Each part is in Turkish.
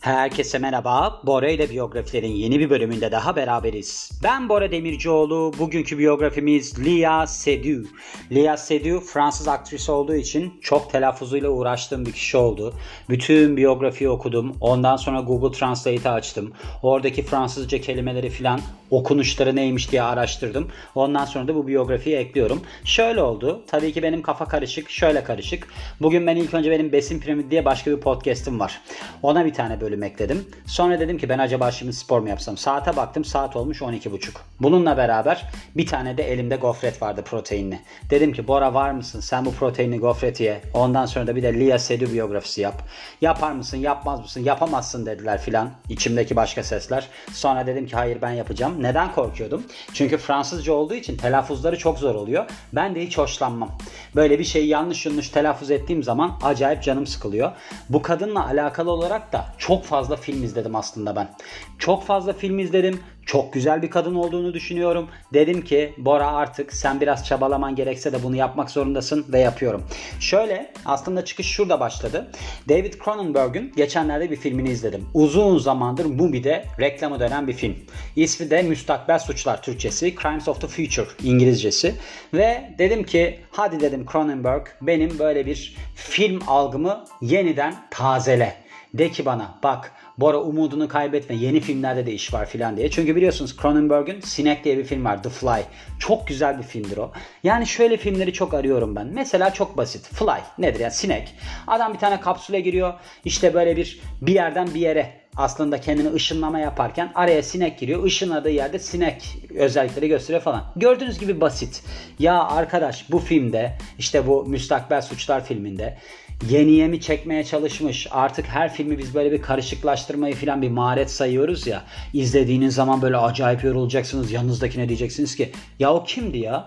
Herkese merhaba. Bora ile biyografilerin yeni bir bölümünde daha beraberiz. Ben Bora Demircioğlu. Bugünkü biyografimiz Léa Seydoux. Léa Seydoux Fransız aktrisi olduğu için çok telaffuzuyla uğraştığım bir kişi oldu. Bütün biyografiyi okudum. Ondan sonra Google Translate'i açtım. Oradaki Fransızca kelimeleri filan okunuşları neymiş diye araştırdım. Ondan sonra da bu biyografiyi ekliyorum. Şöyle oldu. Tabii ki benim kafa karışık. Şöyle karışık. Bugün ben ilk önce benim Besin Piramidi diye başka bir podcast'im var. Ona bir tane bölüm ekledim. Sonra dedim ki ben acaba şimdi spor mu yapsam? Saate baktım, saat olmuş 12.30. Bununla beraber bir tane de elimde gofret vardı, proteinli. Dedim ki Bora var mısın? Sen bu proteinli gofreti ye. Ondan sonra da bir de Léa Seydoux biyografisi yap. Yapar mısın? Yapmaz mısın? Yapamazsın dediler filan. İçimdeki başka sesler. Sonra dedim ki hayır, ben yapacağım. Neden korkuyordum? Çünkü Fransızca olduğu için telaffuzları çok zor oluyor. Ben de hiç hoşlanmam. Böyle bir şeyi yanlış telaffuz ettiğim zaman acayip canım sıkılıyor. Bu kadınla alakalı olarak da çok fazla film izledim aslında ben. Çok fazla film izledim. Çok güzel bir kadın olduğunu düşünüyorum. Dedim ki Bora, artık sen biraz çabalaman gerekse de bunu yapmak zorundasın ve yapıyorum. Şöyle, aslında çıkış şurada başladı. David Cronenberg'ün geçenlerde bir filmini izledim. Uzun zamandır Mubi'de reklamı dönen bir film. İsmi de Müstakbel Suçlar, Türkçesi. Crimes of the Future, İngilizcesi. Ve dedim ki hadi dedim Cronenberg, benim böyle bir film algımı yeniden tazele. De ki bana bak Bora, umudunu kaybetme, yeni filmlerde de iş var filan diye. Çünkü biliyorsunuz Cronenberg'ün Sinek diye bir film var, The Fly. Çok güzel bir filmdir o. Yani şöyle filmleri çok arıyorum ben. Mesela çok basit. Fly nedir ya? Sinek. Adam bir tane kapsüle giriyor. İşte böyle bir yerden bir yere aslında kendini ışınlama yaparken araya sinek giriyor. Işınladığı yerde sinek özellikleri gösteriyor falan. Gördüğünüz gibi basit. Ya arkadaş, bu filmde, işte bu Müstakbel Suçlar filminde yeniye mi çekmeye çalışmış? Artık her filmi biz böyle bir karışıklaştırmayı filan bir maharet sayıyoruz ya. İzlediğiniz zaman böyle acayip yorulacaksınız. Yanınızdakine diyeceksiniz ki ya o kimdi ya?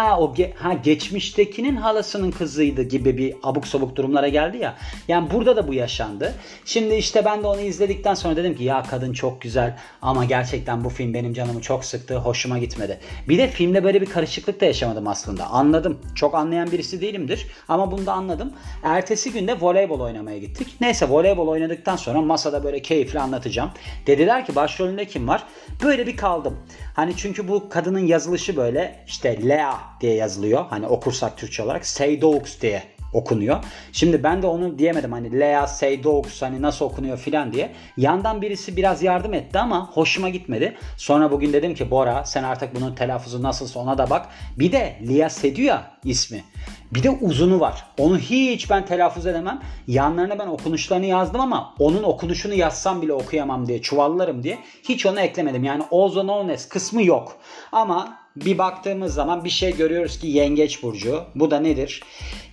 Geçmiştekinin halasının kızıydı gibi bir abuk sabuk durumlara geldi ya. Yani burada da bu yaşandı. Şimdi işte ben de onu izledikten sonra dedim ki ya kadın çok güzel ama gerçekten bu film benim canımı çok sıktı. Hoşuma gitmedi. Bir de filmde böyle bir karışıklık da yaşamadım aslında. Anladım. Çok anlayan birisi değilimdir ama bunu da anladım. Ertesi günde voleybol oynamaya gittik. Neyse, voleybol oynadıktan sonra masada böyle keyifli anlatacağım. Dediler ki başrolünde kim var? Böyle bir kaldım. Hani çünkü bu kadının yazılışı böyle işte Léa diye yazılıyor. Hani okursak Türkçe olarak Seydoux diye okunuyor. Şimdi ben de onu diyemedim, hani Léa Seydoux hani nasıl okunuyor filan diye. Yandan birisi biraz yardım etti ama hoşuma gitmedi. Sonra bugün dedim ki Bora, sen artık bunun telaffuzu nasılsa ona da bak. Bir de Léa Seydoux ya ismi. Bir de uzunu var. Onu hiç ben telaffuz edemem. Yanlarına ben okunuşlarını yazdım ama onun okunuşunu yazsam bile okuyamam diye, çuvallarım diye hiç onu eklemedim. Yani also known as kısmı yok. Ama bir baktığımız zaman bir şey görüyoruz ki Yengeç Burcu. Bu da nedir?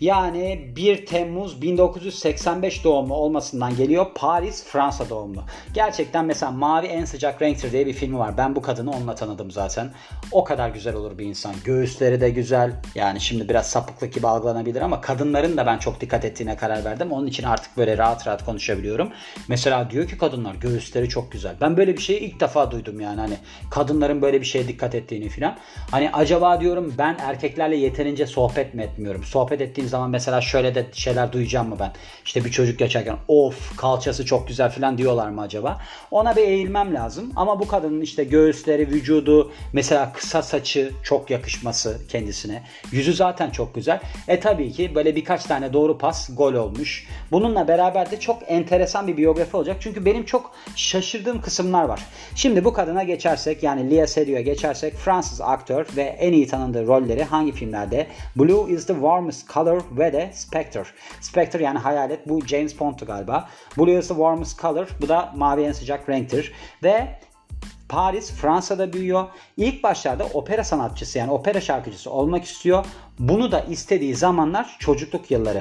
Yani 1 Temmuz 1985 doğumlu olmasından geliyor. Paris, Fransa doğumlu. Gerçekten mesela Mavi En Sıcak Renktir diye bir filmi var. Ben bu kadını onunla tanıdım zaten. O kadar güzel olur bir insan. Göğüsleri de güzel. Yani şimdi biraz sapıklık gibi algılanabilir ama kadınların da ben çok dikkat ettiğine karar verdim. Onun için artık böyle rahat rahat konuşabiliyorum. Mesela diyor ki kadınlar göğüsleri çok güzel. Ben böyle bir şeyi ilk defa duydum yani, hani kadınların böyle bir şeye dikkat ettiğini filan. Hani acaba diyorum ben erkeklerle yeterince sohbet mi etmiyorum? Sohbet ettiğim zaman mesela şöyle de şeyler duyacağım mı ben? İşte bir çocuk geçerken of kalçası çok güzel filan diyorlar mı acaba? Ona bir eğilmem lazım. Ama bu kadının işte göğüsleri, vücudu, mesela kısa saçı çok yakışması kendisine. Yüzü zaten çok güzel. Tabii ki böyle birkaç tane doğru pas gol olmuş. Bununla beraber de çok enteresan bir biyografi olacak. Çünkü benim çok şaşırdığım kısımlar var. Şimdi bu kadına geçersek, yani Léa Seydous'a geçersek, Fransız aktör ve en iyi tanındığı rolleri hangi filmlerde? Blue is the warmest color ve de Spectre. Spectre yani hayalet, bu James Bond'tu galiba. Blue is the warmest color, bu da Mavi En Sıcak Renktir. Ve Paris, Fransa'da büyüyor. İlk başlarda opera sanatçısı, yani opera şarkıcısı olmak istiyor. Bunu da istediği zamanlar çocukluk yılları.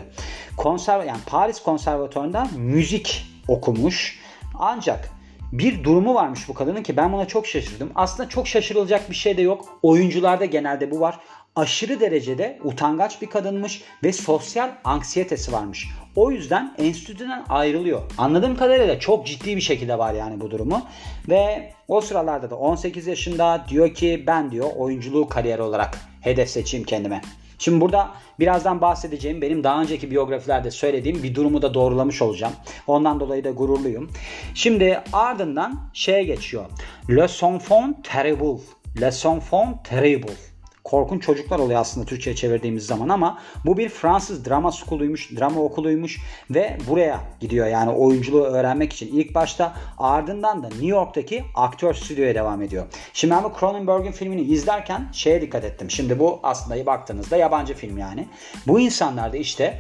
Yani Paris Konservatuvarı'nda müzik okumuş. Ancak bir durumu varmış bu kadının ki ben buna çok şaşırdım. Aslında çok şaşırılacak bir şey de yok. Oyuncularda genelde bu var. Aşırı derecede utangaç bir kadınmış ve sosyal anksiyetesi varmış. O yüzden enstitüden ayrılıyor. Anladığım kadarıyla çok ciddi bir şekilde var yani bu durumu. Ve o sıralarda da 18 yaşında diyor ki ben diyor oyunculuğu kariyer olarak hedef seçeyim kendime. Şimdi burada birazdan bahsedeceğim, benim daha önceki biyografilerde söylediğim bir durumu da doğrulamış olacağım. Ondan dolayı da gururluyum. Şimdi ardından şeye geçiyor. Les Enfants Terribles. Les Enfants Terribles. Korkunç çocuklar oluyor aslında Türkçe'ye çevirdiğimiz zaman, ama bu bir Fransız drama okuluymuş ve buraya gidiyor yani oyunculuğu öğrenmek için ilk başta, ardından da New York'taki aktör stüdyoya devam ediyor. Şimdi ben bu Cronenberg'in filmini izlerken şeye dikkat ettim. Şimdi bu aslında baktığınızda yabancı film yani. Bu insanlar da işte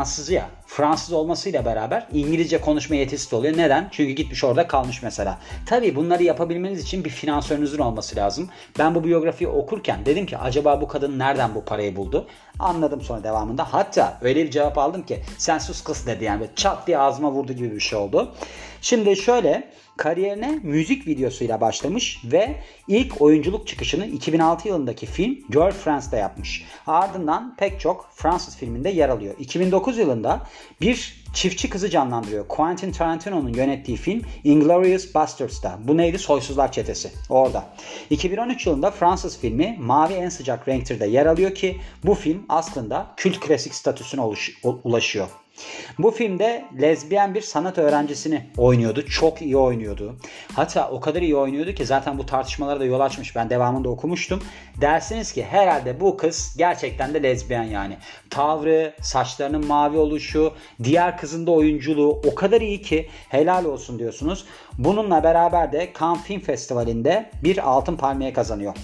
Fransız olmasıyla beraber İngilizce konuşma yetisi de oluyor. Neden? Çünkü gitmiş orada kalmış mesela. Tabii bunları yapabilmeniz için bir finansörünüzün olması lazım. Ben bu biyografiyi okurken dedim ki acaba bu kadın nereden bu parayı buldu? Anladım sonra devamında. Hatta öyle bir cevap aldım ki sen sus kız dedi yani. Çat diye ağzıma vurdu gibi bir şey oldu. Şimdi şöyle, kariyerine müzik videosuyla başlamış ve ilk oyunculuk çıkışını 2006 yılındaki film Girlfriends'te yapmış. Ardından pek çok Fransız filminde yer alıyor. 2009 yılında bir çiftçi kızı canlandırıyor. Quentin Tarantino'nun yönettiği film Inglourious Basterds'ta. Bu neydi? Soysuzlar Çetesi. Orada. 2013 yılında Fransız filmi Mavi En Sıcak Renktir'de yer alıyor ki bu film aslında kült klasik statüsüne ulaşıyor. Bu filmde lezbiyen bir sanat öğrencisini oynuyordu. Çok iyi oynuyordu. Hatta o kadar iyi oynuyordu ki zaten bu tartışmalara da yol açmış. Ben devamında okumuştum. Dersiniz ki herhalde bu kız gerçekten de lezbiyen yani. Tavrı, saçlarının mavi oluşu, diğer kızın da oyunculuğu o kadar iyi ki helal olsun diyorsunuz. Bununla beraber de Cannes Film Festivali'nde bir altın palmiye kazanıyor.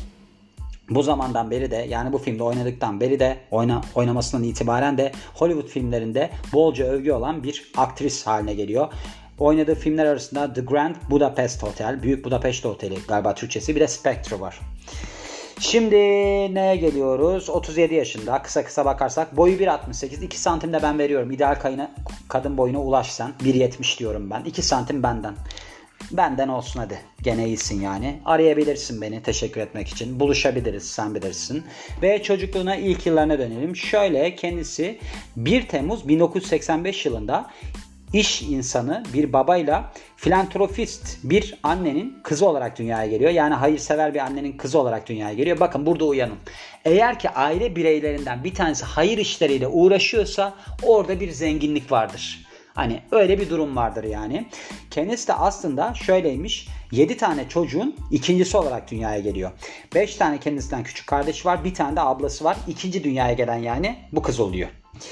Bu zamandan beri de yani bu filmde oynadıktan beri de oynamasından itibaren de Hollywood filmlerinde bolca övgü olan bir aktris haline geliyor. Oynadığı filmler arasında The Grand Budapest Hotel, Büyük Budapeşte Oteli galiba Türkçesi, bir de Spectre var. Şimdi neye geliyoruz? 37 yaşında, kısa bakarsak boyu 1.68, 2 santim de ben veriyorum. İdeal kadın boyuna ulaşsan 1.70 diyorum ben. 2 santim benden. Benden olsun hadi. Gene iyisin yani. Arayabilirsin beni teşekkür etmek için. Buluşabiliriz, sen bilirsin. Ve çocukluğuna, ilk yıllarına dönelim. Şöyle, kendisi 1 Temmuz 1985 yılında iş insanı bir babayla filantropist bir annenin kızı olarak dünyaya geliyor. Yani hayırsever bir annenin kızı olarak dünyaya geliyor. Bakın burada uyanın. Eğer ki aile bireylerinden bir tanesi hayır işleriyle uğraşıyorsa orada bir zenginlik vardır. Hani öyle bir durum vardır yani. Kendisi de aslında şöyleymiş. 7 tane çocuğun ikincisi olarak dünyaya geliyor. 5 tane kendisinden küçük kardeşi var. Bir tane de ablası var. İkinci dünyaya gelen yani bu kız oluyor.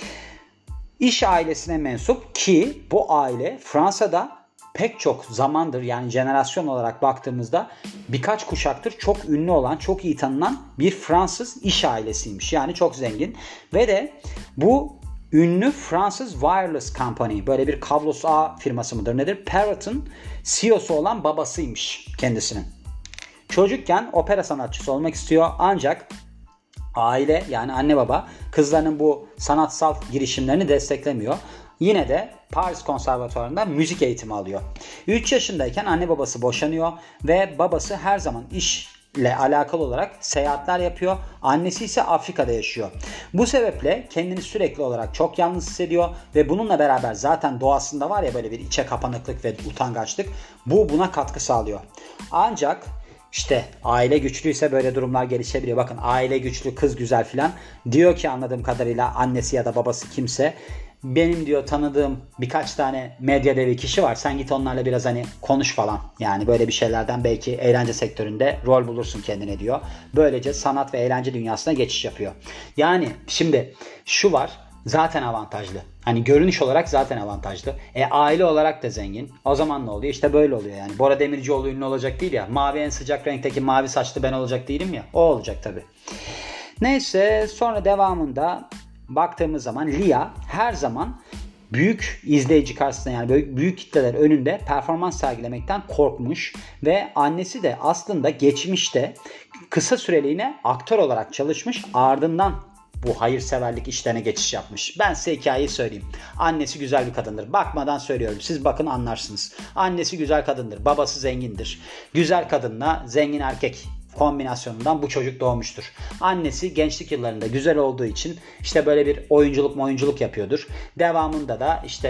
İş ailesine mensup ki bu aile Fransa'da pek çok zamandır yani jenerasyon olarak baktığımızda birkaç kuşaktır çok ünlü olan, çok iyi tanınan bir Fransız iş ailesiymiş. Yani çok zengin ve de bu ünlü Fransız Wireless Company, böyle bir kablosuz ağ firması mıdır nedir? Parrot'un CEO'su olan babasıymış kendisinin. Çocukken opera sanatçısı olmak istiyor ancak aile yani anne baba kızlarının bu sanatsal girişimlerini desteklemiyor. Yine de Paris Konservatuvarı'nda müzik eğitimi alıyor. 3 yaşındayken anne babası boşanıyor ve babası her zaman işle alakalı olarak seyahatler yapıyor. Annesi ise Afrika'da yaşıyor. Bu sebeple kendini sürekli olarak çok yalnız hissediyor ve bununla beraber zaten doğasında var ya böyle bir içe kapanıklık ve utangaçlık, bu buna katkı sağlıyor. Ancak İşte aile güçlüyse böyle durumlar gelişebiliyor. Bakın aile güçlü, kız güzel filan. Diyor ki anladığım kadarıyla annesi ya da babası kimse, benim diyor tanıdığım birkaç tane medya devi kişi var. Sen git onlarla biraz hani konuş falan. Yani böyle bir şeylerden belki eğlence sektöründe rol bulursun kendine diyor. Böylece sanat ve eğlence dünyasına geçiş yapıyor. Yani şimdi şu var. Zaten avantajlı. Hani görünüş olarak zaten avantajlı. Aile olarak da zengin. O zaman ne oluyor? İşte böyle oluyor yani. Bora Demircioğlu ünlü olacak değil ya. Mavi En Sıcak Renkteki mavi saçlı ben olacak değilim ya. O olacak tabii. Neyse sonra devamında baktığımız zaman Lia her zaman büyük izleyici karşısında yani büyük kitleler önünde performans sergilemekten korkmuş ve annesi de aslında geçmişte kısa süreliğine aktör olarak çalışmış, ardından bu hayırseverlik işlerine geçiş yapmış. Ben size hikayeyi söyleyeyim. Annesi güzel bir kadındır. Bakmadan söylüyorum. Siz bakın anlarsınız. Annesi güzel kadındır. Babası zengindir. Güzel kadınla zengin erkek kombinasyonundan bu çocuk doğmuştur. Annesi gençlik yıllarında güzel olduğu için işte böyle bir oyunculuk yapıyordur. Devamında da işte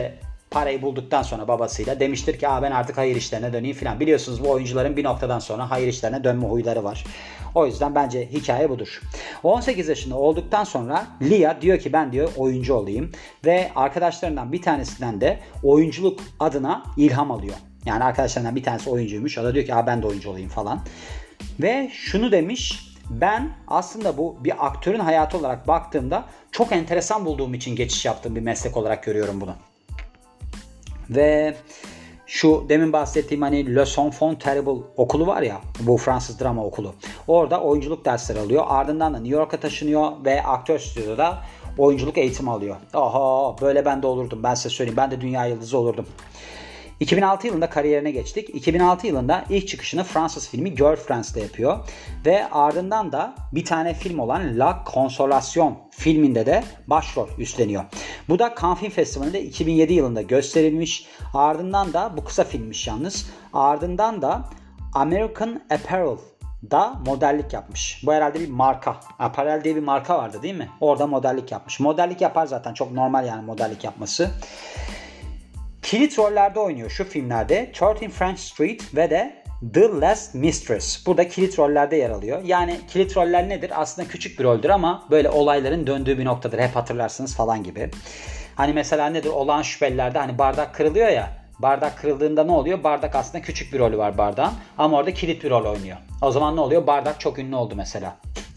parayı bulduktan sonra babasıyla demiştir ki ben artık hayır işlerine döneyim filan. Biliyorsunuz bu oyuncuların bir noktadan sonra hayır işlerine dönme huyları var. O yüzden bence hikaye budur. 18 yaşında olduktan sonra Lia diyor ki ben diyor oyuncu olayım ve arkadaşlarından bir tanesinden de oyunculuk adına ilham alıyor. Yani arkadaşlarından bir tanesi oyuncuymuş. O da diyor ki ben de oyuncu olayım falan. Ve şunu demiş, ben aslında bu bir aktörün hayatı olarak baktığımda çok enteresan bulduğum için geçiş yaptığım bir meslek olarak görüyorum bunu. Ve şu demin bahsettiğim hani Les Enfants Terribles okulu var ya, bu Fransız drama okulu. Orada oyunculuk dersleri alıyor. Ardından da New York'a taşınıyor ve aktör stüdyoda oyunculuk eğitimi alıyor. Oho, böyle ben de olurdum, ben size söyleyeyim. Ben de dünya yıldızı olurdum. 2006 yılında kariyerine geçtik. 2006 yılında ilk çıkışını Fransız filmi Girlfriends'te yapıyor. Ve ardından da bir tane film olan La Consolation filminde de başrol üstleniyor. Bu da Cannes Film Festivali'nde 2007 yılında gösterilmiş. Ardından da bu kısa filmmiş yalnız. Ardından da American Apparel'da modellik yapmış. Bu herhalde bir marka. Apparel diye bir marka vardı değil mi? Orada modellik yapmış. Modellik yapar zaten. Çok normal yani modellik yapması. Kilit rollerde oynuyor şu filmlerde. 13 French Street ve de The Last Mistress. Burada kilit rollerde yer alıyor. Yani kilit roller nedir? Aslında küçük bir roldür ama böyle olayların döndüğü bir noktadır. Hep hatırlarsınız falan gibi. Hani mesela nedir? Olağan şüphelilerde hani bardak kırılıyor ya. Bardak kırıldığında ne oluyor? Bardak aslında küçük bir rolü var bardağın. Ama orada kilit bir rol oynuyor. O zaman ne oluyor? Bardak çok ünlü oldu mesela.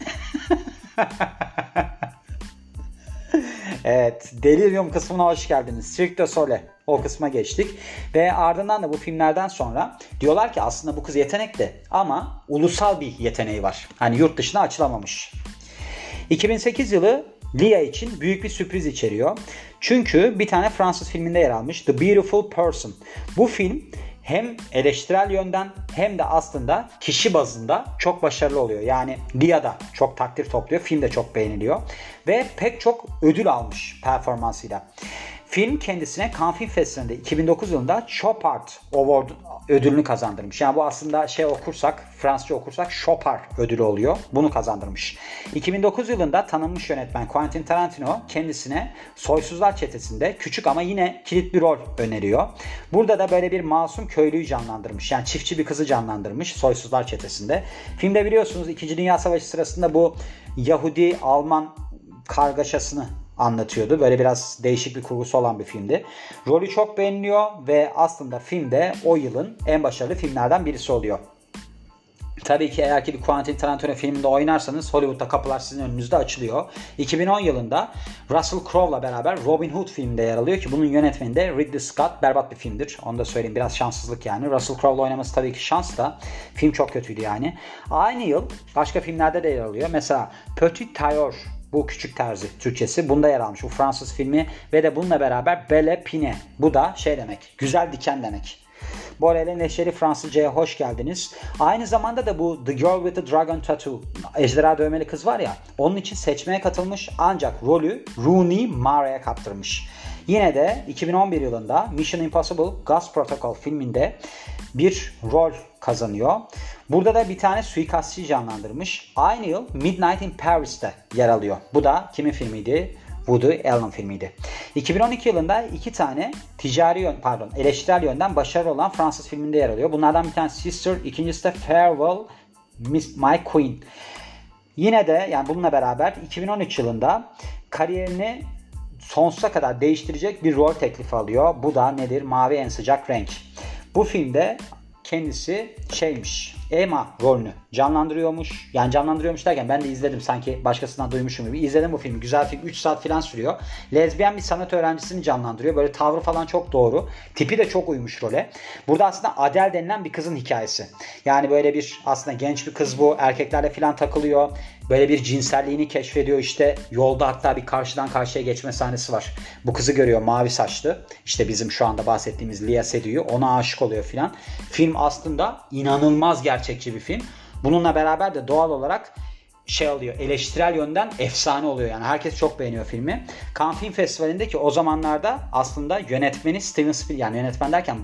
Evet, Delirium kısmına hoş geldiniz. Cirque du Soleil, o kısma geçtik. Ve ardından da bu filmlerden sonra diyorlar ki aslında bu kız yetenekli ama ulusal bir yeteneği var. Hani yurt dışına açılamamış. 2008 yılı Lia için büyük bir sürpriz içeriyor. Çünkü bir tane Fransız filminde yer almış, The Beautiful Person. Bu film hem eleştirel yönden hem de aslında kişi bazında çok başarılı oluyor. Yani Lia da çok takdir topluyor. Film de çok beğeniliyor. Ve pek çok ödül almış performansıyla. Film kendisine Cannes Film Festivali'nde 2009 yılında Chopard Award ödülünü kazandırmış. Yani bu aslında Fransızca okursak Chopard ödülü oluyor. Bunu kazandırmış. 2009 yılında tanınmış yönetmen Quentin Tarantino kendisine Soysuzlar Çetesi'nde küçük ama yine kilit bir rol öneriyor. Burada da böyle bir masum köylüyü canlandırmış. Yani çiftçi bir kızı canlandırmış Soysuzlar Çetesi'nde. Filmde biliyorsunuz 2. Dünya Savaşı sırasında bu Yahudi-Alman kargaşasını anlatıyordu. Böyle biraz değişik bir kurgusu olan bir filmdi. Rolü çok beğeniliyor ve aslında filmde o yılın en başarılı filmlerden birisi oluyor. Tabii ki eğer ki bir Quentin Tarantino filminde oynarsanız Hollywood'da kapılar sizin önünüzde açılıyor. 2010 yılında Russell Crowe'la beraber Robin Hood filminde yer alıyor ki bunun yönetmeni de Ridley Scott. Berbat bir filmdir. Onu da söyleyeyim. Biraz şanssızlık yani. Russell Crowe'la oynaması tabii ki şans da. Film çok kötüydü yani. Aynı yıl başka filmlerde de yer alıyor. Mesela Petit Tailleur, bu küçük terzi Türkçesi. Bunda yer almış. Bu Fransız filmi ve de bununla beraber Belle Pine. Bu da demek. Güzel diken demek. Borel'e neşeli Fransızca'ya hoş geldiniz. Aynı zamanda da bu The Girl with the Dragon Tattoo, ejderha dövmeli kız var ya, onun için seçmeye katılmış ancak rolü Rooney Mara'ya kaptırmış. Yine de 2011 yılında Mission Impossible Ghost Protocol filminde bir rol kazanıyor. Burada da bir tane suikastçı canlandırmış. Aynı yıl Midnight in Paris'te yer alıyor. Bu da kimin filmiydi? Woody Allen filmiydi. 2012 yılında iki tane eleştirel yönden başarılı olan Fransız filminde yer alıyor. Bunlardan bir tanesi Sister, ikincisi de Farewell My Queen. Yine de yani bununla beraber 2013 yılında kariyerini sonsuza kadar değiştirecek bir rol teklifi alıyor. Bu da nedir? Mavi en sıcak renk. Bu filmde kendisi Emma rolünü canlandırıyormuş. Yani canlandırıyormuş derken ben de izledim, sanki başkasından duymuşum gibi. İzledim bu filmi. Güzel film. 3 saat falan sürüyor. Lezbiyen bir sanat öğrencisini canlandırıyor. Böyle tavrı falan çok doğru. Tipi de çok uymuş role. Burada aslında Adele denilen bir kızın hikayesi. Yani böyle bir aslında genç bir kız bu. Erkeklerle falan takılıyor. Böyle bir cinselliğini keşfediyor işte. Yolda hatta bir karşıdan karşıya geçme sahnesi var. Bu kızı görüyor, mavi saçlı. İşte bizim şu anda bahsettiğimiz Lea Seydoux. Ona aşık oluyor filan. Film aslında inanılmaz gerçekçi bir film. Bununla beraber de doğal olarak oluyor. Eleştirel yönden efsane oluyor. Yani herkes çok beğeniyor filmi. Cannes Film Festivali'nde ki o zamanlarda aslında yönetmeni Steven Spielberg, yani yönetmen derken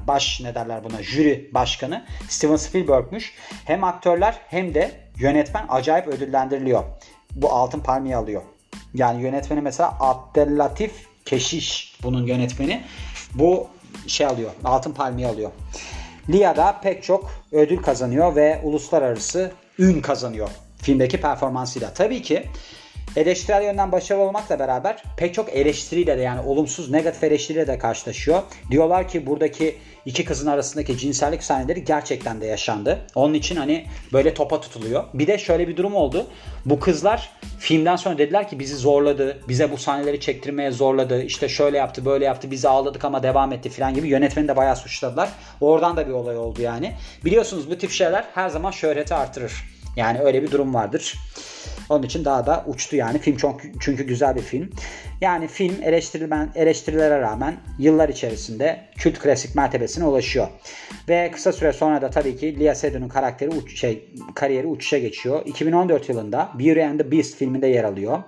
jüri başkanı Steven Spielberg'müş. Hem aktörler hem de yönetmen acayip ödüllendiriliyor. Bu Altın Palmiye alıyor. Yani yönetmeni mesela Abdellatif Keşiş bunun yönetmeni. Bu şey alıyor. Altın Palmiye alıyor. Lia da pek çok ödül kazanıyor ve uluslararası ün kazanıyor filmdeki performansıyla. Tabii ki eleştirel yönden başarılı olmakla beraber pek çok eleştiriyle de, yani olumsuz, negatif eleştiriyle de karşılaşıyor. Diyorlar ki buradaki iki kızın arasındaki cinsellik sahneleri gerçekten de yaşandı. Onun için hani böyle topa tutuluyor. Bir de şöyle bir durum oldu. Bu kızlar filmden sonra dediler ki bizi zorladı, bize bu sahneleri çektirmeye zorladı, işte şöyle yaptı, böyle yaptı, bizi ağladık ama devam etti falan gibi. Yönetmeni de bayağı suçladılar. Oradan da bir olay oldu yani. Biliyorsunuz bu tip şeyler her zaman şöhreti artırır. Yani öyle bir durum vardır. Onun için daha da uçtu yani. Film çünkü güzel bir film. Yani film eleştirilere rağmen yıllar içerisinde kült klasik mertebesine ulaşıyor. Ve kısa süre sonra da tabii ki Léa Seydoun'un kariyeri uçuşa geçiyor. 2014 yılında Beauty and the Beast filminde yer alıyor.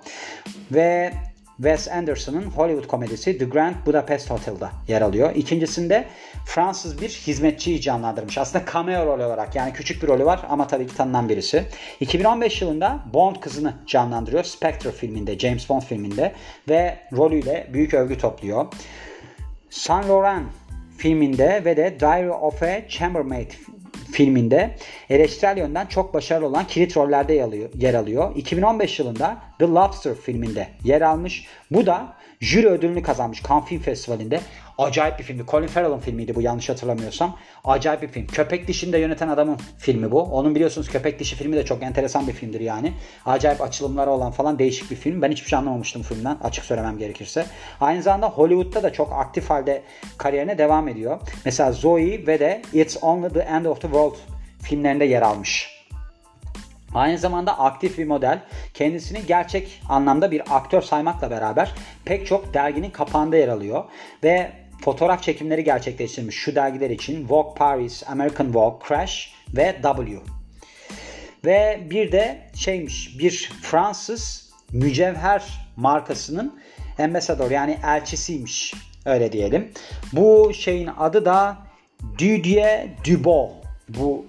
Ve Wes Anderson'ın Hollywood komedisi The Grand Budapest Hotel'da yer alıyor. İkincisinde Fransız bir hizmetçiyi canlandırmış. Aslında cameo rol olarak, yani küçük bir rolü var ama tabii ki tanınan birisi. 2015 yılında Bond kızını canlandırıyor. Spectre filminde, James Bond filminde ve rolüyle büyük övgü topluyor. Saint Laurent filminde ve de Diary of a Chambermaid filminde eleştirel yönden çok başarılı olan kilit rollerde yer alıyor. 2015 yılında The Lobster filminde yer almış. Bu da jüri ödülünü kazanmış Cannes Film Festivali'nde. Acayip bir filmdi. Colin Farrell'ın filmiydi bu, yanlış hatırlamıyorsam. Acayip bir film. Köpek Dişi'ni de yöneten adamın filmi bu. Onun biliyorsunuz Köpek Dişi filmi de çok enteresan bir filmdir yani. Acayip açılımları olan falan değişik bir film. Ben hiçbir şey anlamamıştım filmden, açık söylemem gerekirse. Aynı zamanda Hollywood'da da çok aktif halde kariyerine devam ediyor. Mesela Zoe ve de It's Only the End of the World filmlerinde yer almış. Aynı zamanda aktif bir model. Kendisini gerçek anlamda bir aktör saymakla beraber pek çok derginin kapağında yer alıyor. Ve fotoğraf çekimleri gerçekleştirmiş şu dergiler için: Vogue Paris, American Vogue, Crash ve W. Ve bir de bir Fransız mücevher markasının ambassador, yani elçisiymiş. Öyle diyelim. Bu şeyin adı da Didier Dubos. Bu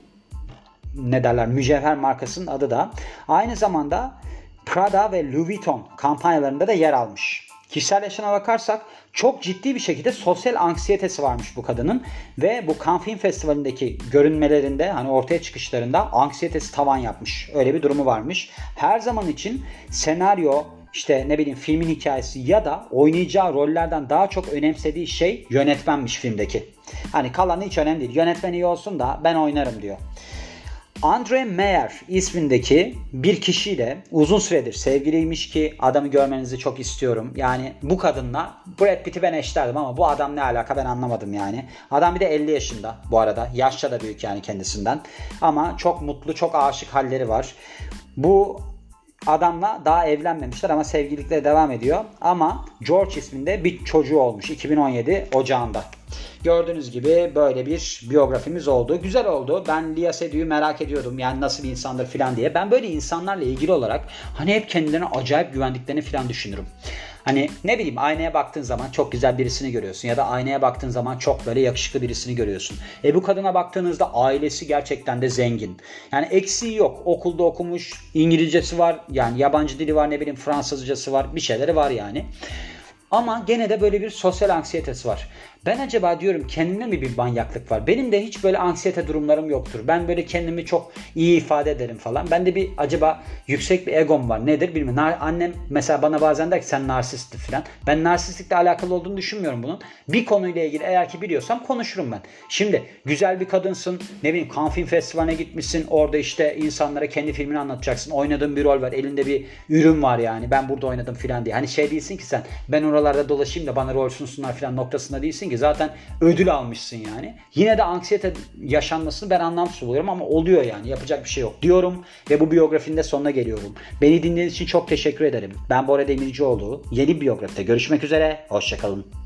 mücevher markasının adı da. Aynı zamanda Prada ve Louis Vuitton kampanyalarında da yer almış. Kişisel yaşına bakarsak çok ciddi bir şekilde sosyal anksiyetesi varmış bu kadının ve bu Cannes Film Festivali'ndeki görünmelerinde, hani ortaya çıkışlarında anksiyetesi tavan yapmış. Öyle bir durumu varmış. Her zaman için senaryo, filmin hikayesi ya da oynayacağı rollerden daha çok önemsediği şey yönetmenmiş filmdeki. Hani kalanı hiç önemli değil. Yönetmen iyi olsun da ben oynarım diyor. Andre Meyer ismindeki bir kişiyle uzun süredir sevgiliymiş ki adamı görmenizi çok istiyorum. Yani bu kadınla Brad Pitt'i ben eşlerdim ama bu adam ne alaka, ben anlamadım yani. Adam bir de 50 yaşında bu arada. Yaşça da büyük yani kendisinden. Ama çok mutlu, çok aşık halleri var. Bu adamla daha evlenmemişler ama sevgililikleri devam ediyor. Ama George isminde bir çocuğu olmuş 2017 Ocağı'nda. Gördüğünüz gibi böyle bir biyografimiz oldu. Güzel oldu. Ben Léa Seydoun'u merak ediyordum. Yani nasıl bir insandır falan diye. Ben böyle insanlarla ilgili olarak hani hep kendilerine acayip güvendiklerini falan düşünürüm. Hani ne bileyim, aynaya baktığın zaman çok güzel birisini görüyorsun ya da aynaya baktığın zaman çok böyle yakışıklı birisini görüyorsun. Bu kadına baktığınızda ailesi gerçekten de zengin. Yani eksiği yok. Okulda okumuş, İngilizcesi var, yani yabancı dili var, Fransızcası var, bir şeyleri var yani. Ama gene de böyle bir sosyal anksiyetesi var. Ben acaba diyorum kendimde mi bir manyaklık var? Benim de hiç böyle anksiyete durumlarım yoktur. Ben böyle kendimi çok iyi ifade ederim falan. Bende bir acaba yüksek bir egom var. Nedir bilmiyorum. Annem mesela bana bazen der ki sen narsistin falan. Ben narsistlikle alakalı olduğunu düşünmüyorum bunun. Bir konuyla ilgili eğer ki biliyorsam konuşurum ben. Şimdi güzel bir kadınsın. Cannes Film Festivali'ne gitmişsin. Orada insanlara kendi filmini anlatacaksın. Oynadığın bir rol var. Elinde bir ürün var yani. Ben burada oynadım falan diye. Hani değilsin ki sen. Ben oralarda dolaşayım da bana rol sunsunlar falan noktasında değilsin ki. Zaten ödül almışsın yani. Yine de anksiyete yaşanmasını ben anlamsız buluyorum ama oluyor yani. Yapacak bir şey yok diyorum ve bu biyografinin de sonuna geliyorum. Beni dinlediğiniz için çok teşekkür ederim. Ben Bora Demircioğlu. Yeni bir biyografide görüşmek üzere. Hoşçakalın.